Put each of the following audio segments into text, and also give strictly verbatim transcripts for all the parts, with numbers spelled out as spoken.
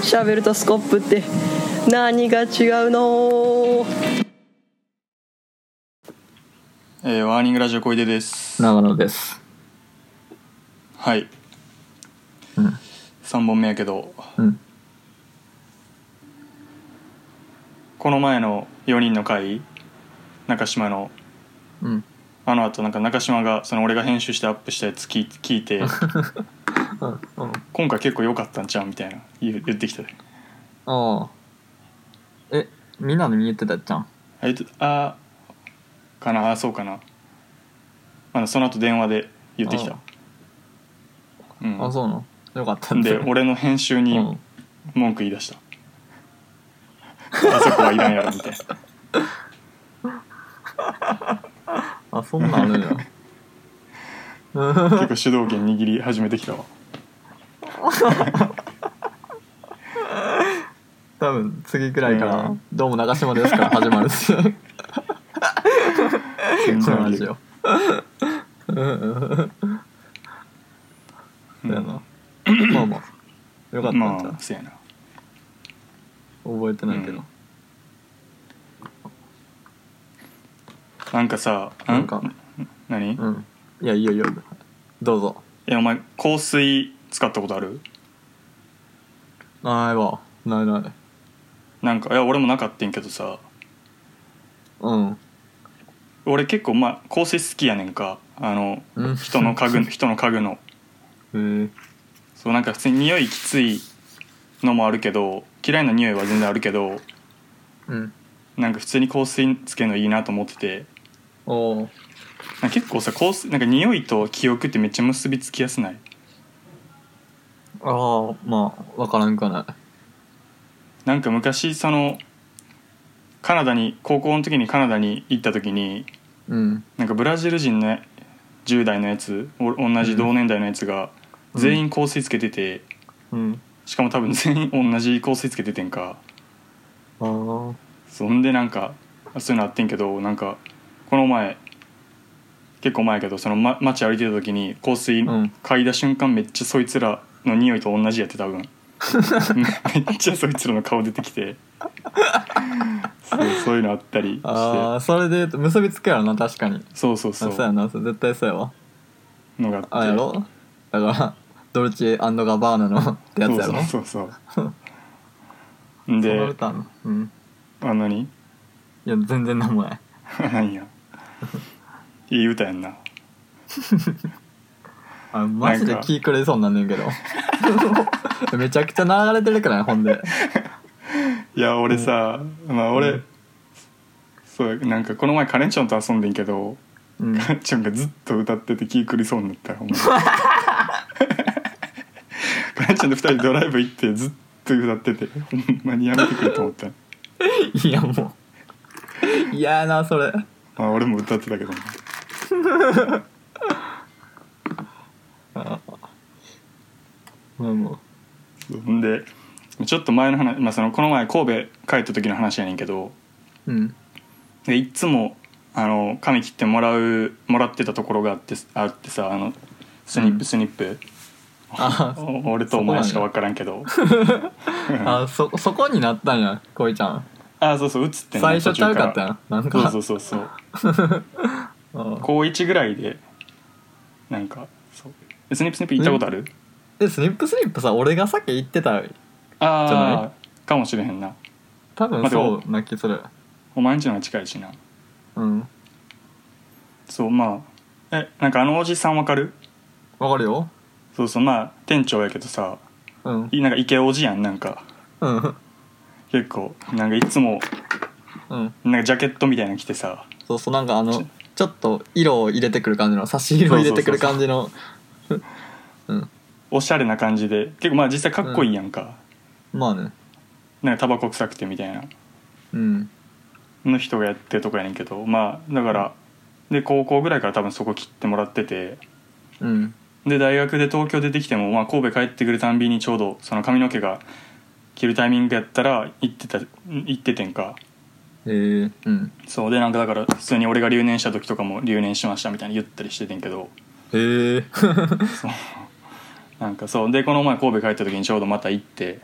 シャベルとスコップって何が違うの？ えー、ワーニングラジオ小出です。 長野です。 はい、 うん、 さんぼんめやけど、 うん、 この前のよにんの回中島の、 うん、 あの後なんか中島がその俺が編集してアップしたやつ聞い聞いてうん、うん、今回結構良かったんちゃうみたいな言ってきたで。 ああ、え、みんなの見えてたじゃん。 あいつあかなあ、そうかな、まだその後電話で言ってきた。うん、 あ、そうなの。よかったんで俺の編集に文句言い出した、うん、あそこはいらんやろみたいなあ、そんなんあるんや結構主導権握り始めてきたわ多分次くらいから、うん、どうも長島ですから始まるっすこのラジオそうやな、うん、まあまあよかったんちゃう、 まあそうやな、 覚えてないけど、うん、 なんかさ、 なんか何、 うん、いやいいよいいよどうぞ。 いやお前香水使ったことある？ ないわ、ないない。 なんかいや俺もなかったんけどさ、 うん俺結構まあ香水好きやねんか、あの、うん、人の家具人の家具のへえ。 そうなんか普通に匂いきついのもあるけど嫌いな匂いは全然あるけど、 うん、 なんか普通に香水つけるのいいなと思ってて。 おなんか結構さ香水なんか匂いと記憶ってめっちゃ結びつきやすない？ ああ、まあ分からんかない。 なんか昔そのカナダに高校の時にカナダに行った時に、 うん、 なんかブラジル人のじゅう代のやつ同じ同年代のやつが全員香水つけてて、 うん、 しかも多分全員同じ香水つけててんか。 ああ。 そんでなんかそういうのあってんけど、なんかこの前結構前やけどその、ま、街歩いてた時に香水嗅いだ瞬間めっちゃそいつらの匂いと同じやって多分めっちゃそいつらの顔出てきてそう、そういうのあったりして、 ああそれで言うと結びつくやろな、確かに。 そうそうそう、 そうやな、絶対そうやわのがあって、 あやろ、だからドルチェ&ガバーナのってやつやろ。 そうそうそうそうで、 その歌の、うん、 あ、何？いや全然なんもない何やいい歌やんなあ、マジで気狂いそうなんねんけどめちゃくちゃ流れてるからね、ほんでいや俺さ、うん、まあ俺、うん、そうなんかこの前カレンチョンと遊んでんけど、うん、カレンチョンがずっと歌ってて気狂いそうになったほんまカレンチョンでふたりドライブ行ってずっと歌っててほんまにやめてくれと思ったいやもう嫌やなそれ。 まあ俺も歌ってたけどねあまあもうほんでちょっと前の話、まあ、そのこの前神戸帰った時の話やねんけど、 うん、 でいつもあの髪切ってもらうもらってたところがあってあってさ、あのスニップスニップ、うん、あ俺とお前しか分からんけどあ そ, そこになったんや恋ちゃん。 あそうそう映ってんの最初ちゃうかったやん、なんかそうそうそうそう高いちぐらいでなんかそうスニップスニップ行ったことある？ えスニップスニップさ俺がさっき言ってたじゃない？かもしれへんな、 多分そうな気する。 お前んちの方が近いしな。 うんそうまあえなんかあのおじさんわかる？ わかるよ。 そうそうまあ店長やけどさ、うん、なんかイケおじやんなんか、うん、結構なんかいつも、うん、なんかジャケットみたいなの着てさ、 そうそうなんかあのち, ちょっと色を入れてくる感じの差し色を入れてくる感じのうん、 おしゃれな感じで結構まあ実際かっこいいやんか、 うん、まあねなんかタバコ臭くてみたいな、うん、の人がやってるとこやねんけど、まあだからで高校ぐらいから多分そこ切ってもらってて、うん、で大学で東京出てきても、まあ、神戸帰ってくるたんびにちょうどその髪の毛が切るタイミングやったら行ってた行っててんか。 へえ、うん、 そうでなんかだから普通に俺が留年した時とかも留年しましたみたいに言ったりしててんけど、 へえそうなんかそうでこの前神戸帰った時にちょうどまた行って、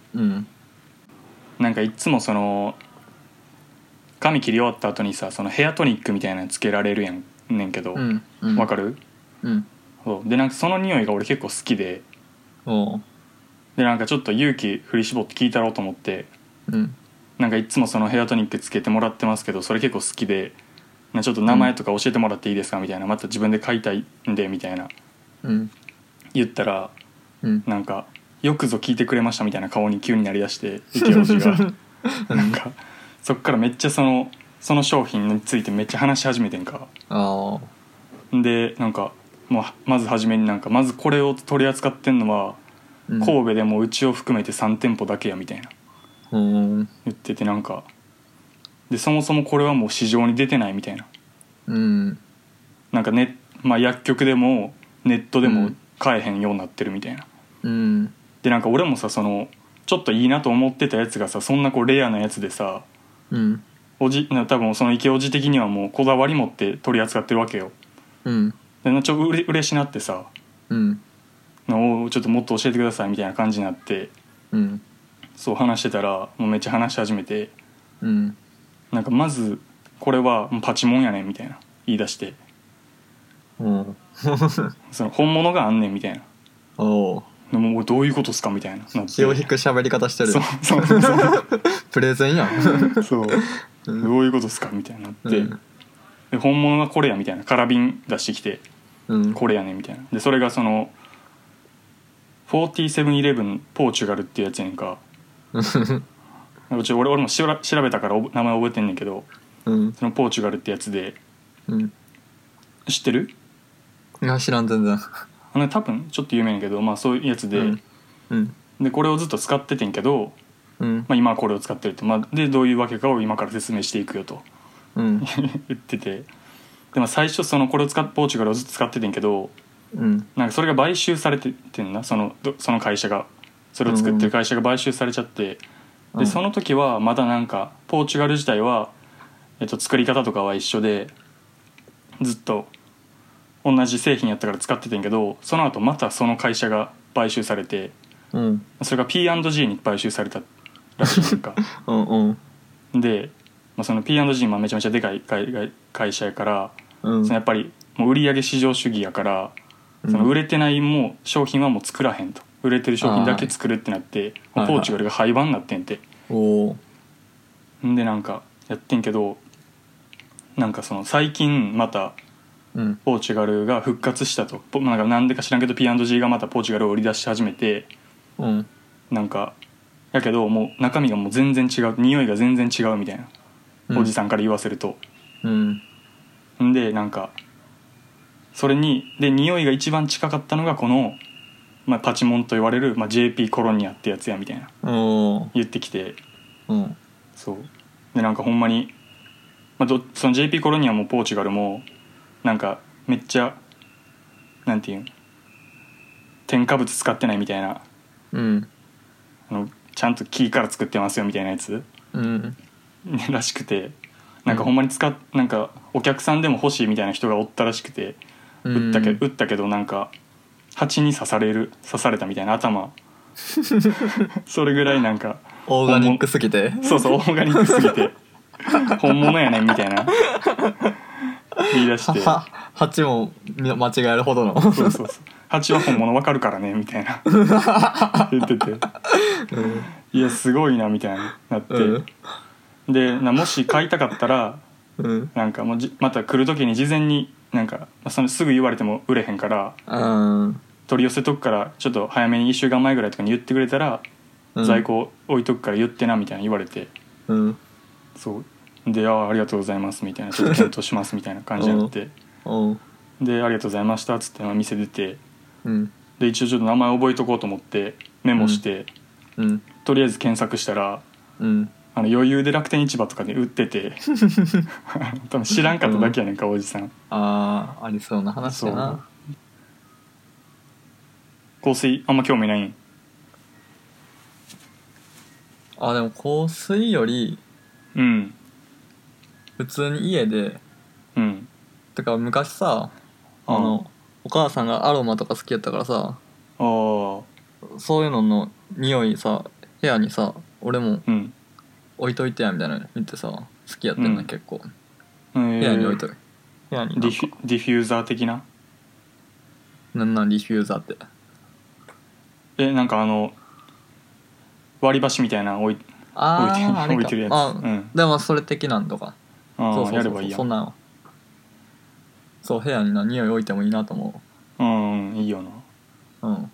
うんなんかいつもその髪切り終わった後にさそのヘアトニックみたいなのつけられるやんねんけど、 うんうんわかる？ うんそうでなんかその匂いが俺結構好きで、 おうでなんかちょっと勇気振り絞って聞いたろうと思って、 うんなんかいつもそのヘアトニックつけてもらってますけどそれ結構好きで、なちょっと名前とか教えてもらっていいですかみたいな、また自分で買いたいんでみたいなうん言ったら、 うんなんかよくぞ聞いてくれましたみたいな顔に急になりだして池王子がなんかそっからめっちゃそのその商品についてめっちゃ話し始めてんか。 あでなんかもうまず初めになんかまずこれを取り扱ってんのはうん神戸でもうちを含めてさん店舗だけやみたいなうん言ってて、なんかでそもそもこれはもう市場に出てないみたいな、 うんなんかね、まあ、薬局でもネットでも買えへんようになってるみたいな。 うんでなんか俺もさそのちょっといいなと思ってたやつがさそんなこうレアなやつでさ、 うんおじな多分その池おじ的にはもうこだわり持って取り扱ってるわけよ。 うんでちょっとうれ嬉しなってさうんおちょっともっと教えてくださいみたいな感じになって、 うんそう話してたらもうめっちゃ話し始めて、 うんなんかまずこれはもうパチモンやねんみたいな言い出して、 うんその本物があんねんみたいな。 おうでももうどういうことっすかみたいななって、 気を引く喋り方してるそうそうそうそうプレゼンやんそううんどういうことっすかみたいになって、 うんで本物がこれやみたいな空瓶出してきてうんこれやねんみたいな。でそれがそのよんじゅうセブンイレブンポーチュガルっていうやつやねんか。うち俺俺もしら調べたからおぼ名前覚えてんねんけど、 うんそのポーチュガルってやつでうん知ってる？ いや知らん全然あの多分ちょっと有名やねんけど、まあそういうやつで、 うんうんでこれをずっと使っててんけど、 うんまあ、今はこれを使ってるって、まあ、でどういうわけかを今から説明していくよとうん言ってて、でも最初そのこれを使っポーチュガルをずっと使っててんけど、 うんなんかそれが買収されててんな、そのどその会社がそれを作ってる会社が買収されちゃって、 うんでその時はまだなんかポーチュガル自体は、えっと、作り方とかは一緒でずっと同じ製品やったから使っててんけど、その後またその会社が買収されて、 うんそれが ピーアンドジー に買収されたらしいねんかうんうんで、まあ、その ピーアンドジー もめちゃめちゃでかい会会社やから、 うんそのやっぱりもう売上至上主義やから、その売れてないもう商品はもう作らへんと、売れてる商品だけ作るってなって、 はいポーチュガルが廃盤になってんて、 おおんでなんかやってんけど、なんかその最近またうんポーチュガルが復活したと、ぽなんかなんでか知らんけど ピーアンドジー がまたポーチュガルを売り出し始めて、 うんなんかやけどもう中身がもう全然違う、匂いが全然違うみたいな、 うんおじさんから言わせると。 うんんでなんかそれにで匂いが一番近かったのがこの、まあ、パチモンと言われる、まあ、ジェーピー コロニアってやつやみたいなおお言ってきて、 うんそうでなんかほんまに、まあ、どその ジェーピー コロニアもポーチュガルもなんかめっちゃなんていうん添加物使ってないみたいな、 うんあのちゃんと木から作ってますよみたいなやつうんらしくて、なんかほんまに使っなんかお客さんでも欲しいみたいな人がおったらしくて、打ったけ打ったけどなんか蜂に刺される刺されたみたいな頭それぐらいなんかオーガニックすぎてそうそうオーガニックすぎて本物やねんみたいな言い出しては蜂も間違えるほどのそうそうそう蜂は本物わかるからねみたいな言ってて、うん、いやすごいなみたいななって、うん、でなもし買いたかったら、うん、なんかもうじまた来る時に事前になんかそのすぐ言われても売れへんから、うん、取り寄せとくからちょっと早めにいっしゅうかんまえぐらいとかに言ってくれたら、うん、在庫置いとくから言ってなみたいな言われて、うん、そうで あ, ありがとうございますみたいなちょっと検討しますみたいな感じになってでありがとうございましたっつって店出て、うん、で一応ちょっと名前覚えとこうと思ってメモして、うんうん、とりあえず検索したら、うん、あの余裕で楽天市場とかで売ってて多分知らんかっただけやねんか、うん、おじさん。 ああありそうな話だな。 香水あんま興味ないん？ あでも香水よりうん普通に家でうんてか昔さあの、うん、お母さんがアロマとか好きやったからさ、あそういうのの匂いさ部屋にさ俺もうん置いといてやみたいなの言ってさ好きやってんな、 うん結構えー部屋に置いとい部屋になんかディフュディフューザー的ななんなんディフューザーってえなんかあの割り箸みたいなの置いあ置いてああれか置いてるやつあ、 うんでもそれ的なんとかあそうそうそうあやればいいやんそんなんそう部屋にな匂い置いてもいいなと思うんいいよなううん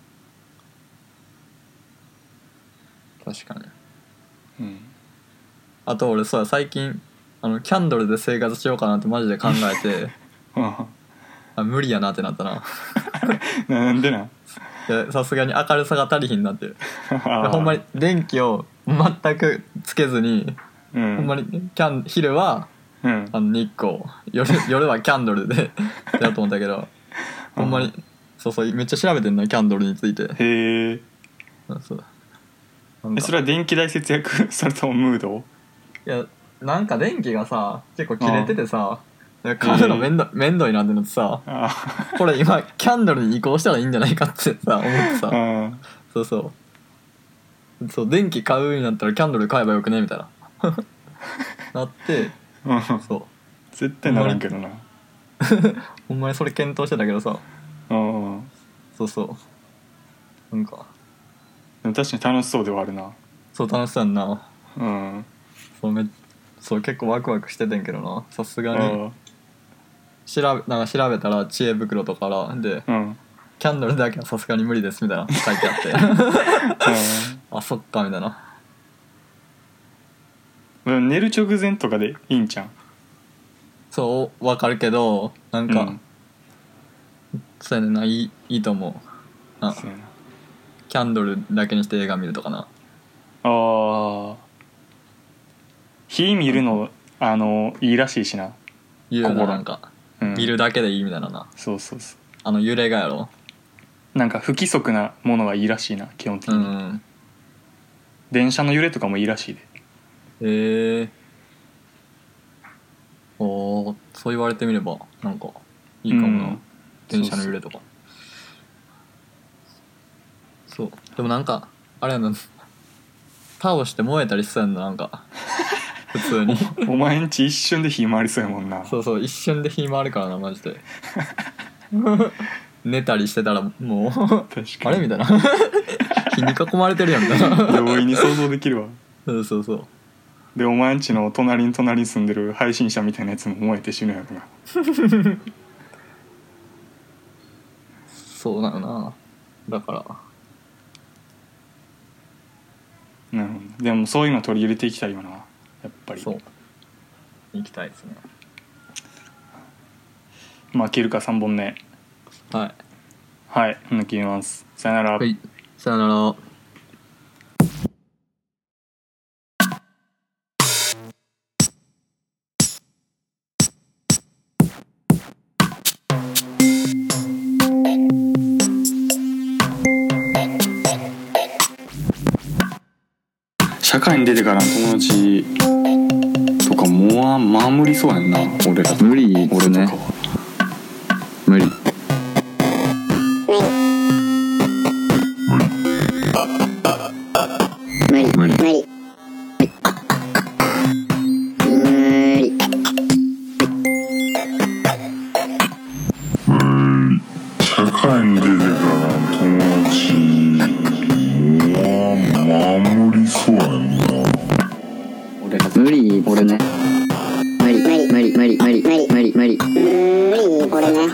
確かにうんあと俺そうや最近あのキャンドルで生活しようかなってマジで考えてあ無理やなってなったななんでなんいやさすがに明るさが足りひんなってあほんまに電気を全くつけずに、 うんほんまにキャン昼はうんあの日光夜夜はキャンドルでやろうと思ったけどほんまにそうそうめっちゃ調べてんなキャンドルについてへえうんそうなんかえそれは電気代節約それともムードいやなんか電気がさ結構切れててさ買うのめんどめんどいなってなってさあこれ今キャンドルに移行したらいいんじゃないかってさ思ってさあそうそうそう電気買うんやったらキャンドル買えばよくねみたいななってうんそう絶対ならんけどなほんまにそれ検討してたけどさうんそうそうなんかでも確かに楽しそうではあるなそう楽しそうやんなうんそうめそう結構ワクワクしててんけどなさすがにあ調べなんか調べたら知恵袋とからでうんキャンドルだけはさすがに無理ですみたいな書いてあってあそっかみたいなうん寝る直前とかでいいんちゃんそうわかるけどなんか、 うんそうやねんないいいいと思うあそうやなキャンドルだけにして映画見るとかなあー火見るのあのいいらしいしな言うよな心なんか、 うん見るだけでいいみたいななそうそうそあの揺れがやろうなんか不規則なものはいいらしいな基本的に、 うん電車の揺れとかもいいらしいでへえおーそう言われてみればなんかいいかもな、 うん電車の揺れとかそうでもなんかあれやな倒して燃えたりしそうやんななんか普通にお前んち一瞬で火回りそうやもんなそうそう一瞬で火回るからなマジで寝たりしてたらもう確かにあれみたいな火に囲まれてるやんみたいな容易に想像できるわそうそうそうでお前んちの隣に隣に住んでる配信者みたいなやつも燃えて死ぬやろなそうなのなだからなるほどでもそういうの取り入れていきたいよなやっぱりそう行きたいですねまあ切るかさんぼんめはいはい抜きますさよなら、 はいさよなら社会に出てからの友達とかもうまあ無理そうやんな俺らとか無理ですね俺とかは無理無理無理無理社会に出てから友達は守りそうやんな俺が無理俺ね無理無理無理無理無理無理無理無理無理俺ね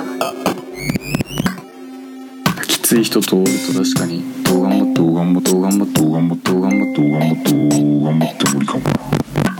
きつい人とおると確かにどう頑張ってどう頑張ってどう頑張ってどう頑張ってどう頑張ってどう頑張って無理かもな